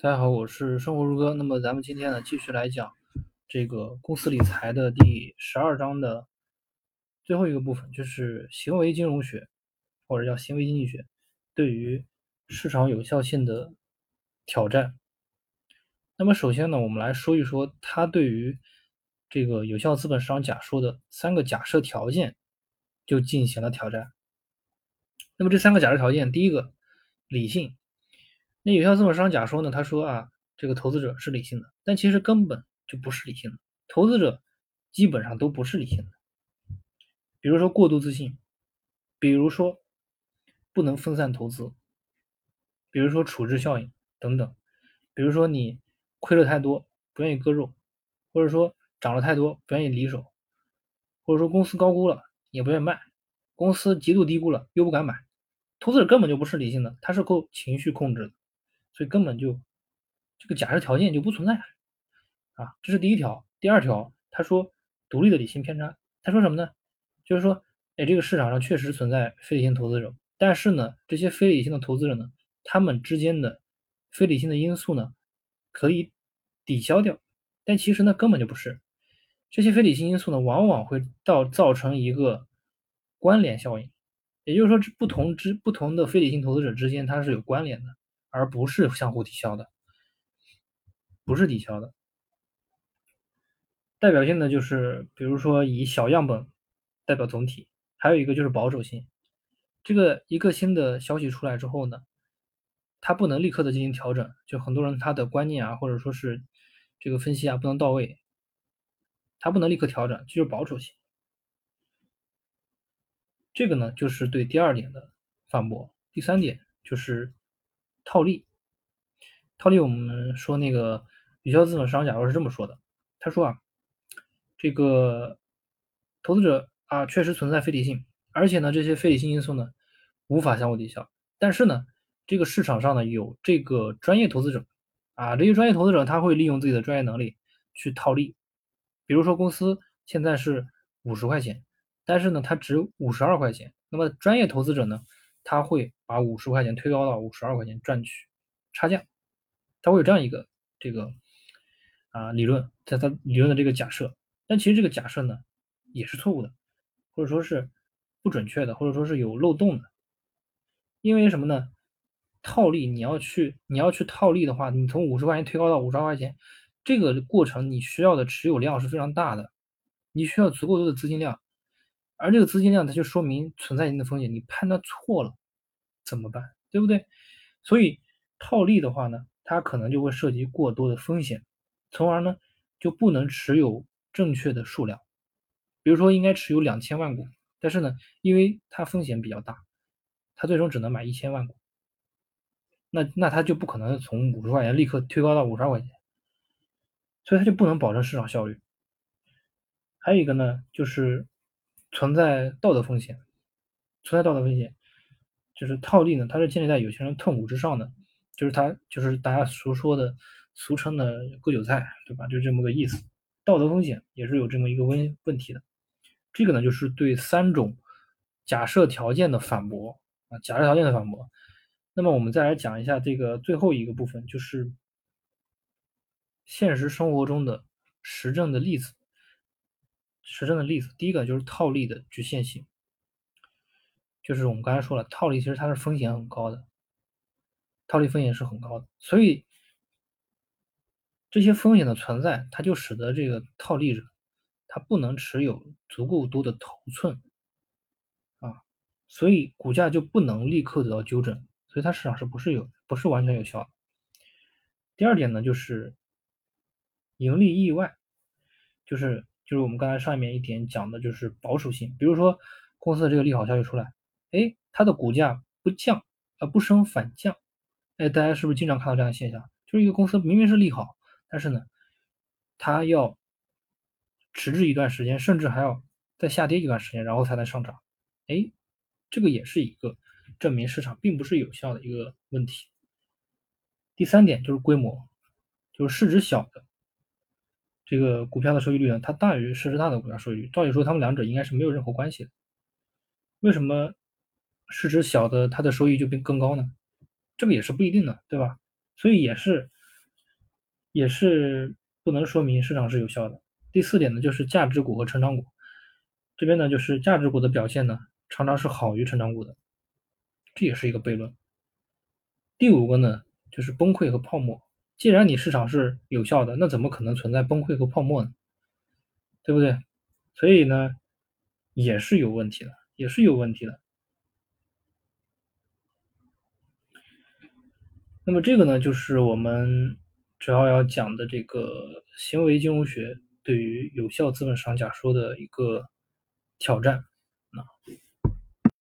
大家好，我是生活如歌。那么咱们今天呢，继续来讲这个公司理财的第12章的最后一个部分，就是行为金融学，或者叫行为经济学，对于市场有效性的挑战。那么首先呢，我们来说一说它对于这个有效资本市场假说的三个假设条件就进行了挑战。那么这三个假设条件，第一个，理性。那有效资本市场假说呢，他说这个投资者是理性的，但其实根本就不是理性的，投资者基本上都不是理性的。比如说过度自信，比如说不能分散投资，比如说处置效应等等，比如说你亏了太多，不愿意割肉，或者说涨了太多，不愿意离手，或者说公司高估了也不愿意卖，公司极度低估了又不敢买，投资者根本就不是理性的，他是靠情绪控制的，所以根本就这个假设条件就不存在这是第一条。第二条，他说独立的理性偏差，他说什么呢？就是说，这个市场上确实存在非理性投资者，但是呢，这些非理性的投资者呢，他们之间的非理性的因素呢，可以抵消掉，但其实呢，根本就不是。这些非理性因素呢，往往会造成一个关联效应，也就是说，不同的非理性投资者之间它是有关联的，而不是相互抵消的，不是抵消的。代表性的就是比如说以小样本代表总体，还有一个就是保守性。这个一个新的消息出来之后呢，它不能立刻的进行调整，就很多人他的观念或者说是这个分析不能到位，它不能立刻调整，这就是保守性。这个呢就是对第二点的反驳。第三点就是套利。套利我们说那个有效资本市场假如是这么说的，他说这个投资者确实存在非理性，而且呢，这些非理性因素呢无法相互抵消。但是呢，这个市场上呢有这个专业投资者这些专业投资者他会利用自己的专业能力去套利。比如说公司现在是50块钱，但是呢它值52块钱，那么专业投资者呢，他会把50块钱推高到52块钱赚取差价，他会有这样一个这个理论，在他理论的这个假设。但其实这个假设呢也是错误的，或者说是不准确的，或者说是有漏洞的。因为什么呢？套利你要去套利的话，你从50块钱推高到52块钱，这个过程你需要的持有量是非常大的，你需要足够多的资金量，而这个资金量它就说明存在一定的风险，你判断错了怎么办？对不对？所以套利的话呢，它可能就会涉及过多的风险，从而呢就不能持有正确的数量。比如说应该持有2000万股，但是呢，因为它风险比较大，它最终只能买1000万股，那它就不可能从50块钱立刻推高到52块钱，所以它就不能保证市场效率。还有一个呢，就是存在道德风险，存在道德风险，就是套利呢，它是建立在有钱人痛苦之上的，就是大家所说的俗称的割韭菜，对吧？就这么个意思。道德风险也是有这么一个问题的。这个呢，就是对三种假设条件的反驳假设条件的反驳。那么我们再来讲一下这个最后一个部分，就是现实生活中的实证的例子。实证的例子，第一个就是套利的局限性，就是我们刚才说了，套利其实它是风险很高的，套利风险是很高的，所以这些风险的存在，它就使得这个套利者他不能持有足够多的头寸所以股价就不能立刻得到纠正，所以它市场是不是完全有效的。第二点呢，就是盈利意外，就是我们刚才上面一点讲的，就是保守性。比如说公司的这个利好消息出来，它的股价不降不升反降，大家是不是经常看到这样的现象？就是一个公司明明是利好，但是呢，它要迟滞一段时间，甚至还要再下跌一段时间，然后才能上涨。哎，这个也是一个证明市场并不是有效的一个问题。第三点就是规模，就是市值小的这个股票的收益率呢，它大于市值大的股票收益率。照理说，它们两者应该是没有任何关系的。为什么市值小的它的收益就更高呢？这个也是不一定的，对吧？所以也是也是不能说明市场是有效的。第四点呢，就是价值股和成长股，这边呢就是价值股的表现呢，常常是好于成长股的，这也是一个悖论。第五个呢，就是崩溃和泡沫。既然你市场是有效的，那怎么可能存在崩溃和泡沫呢？对不对？所以呢，也是有问题的，也是有问题的。那么这个呢，就是我们主要讲的这个行为金融学对于有效资本市场假说的一个挑战。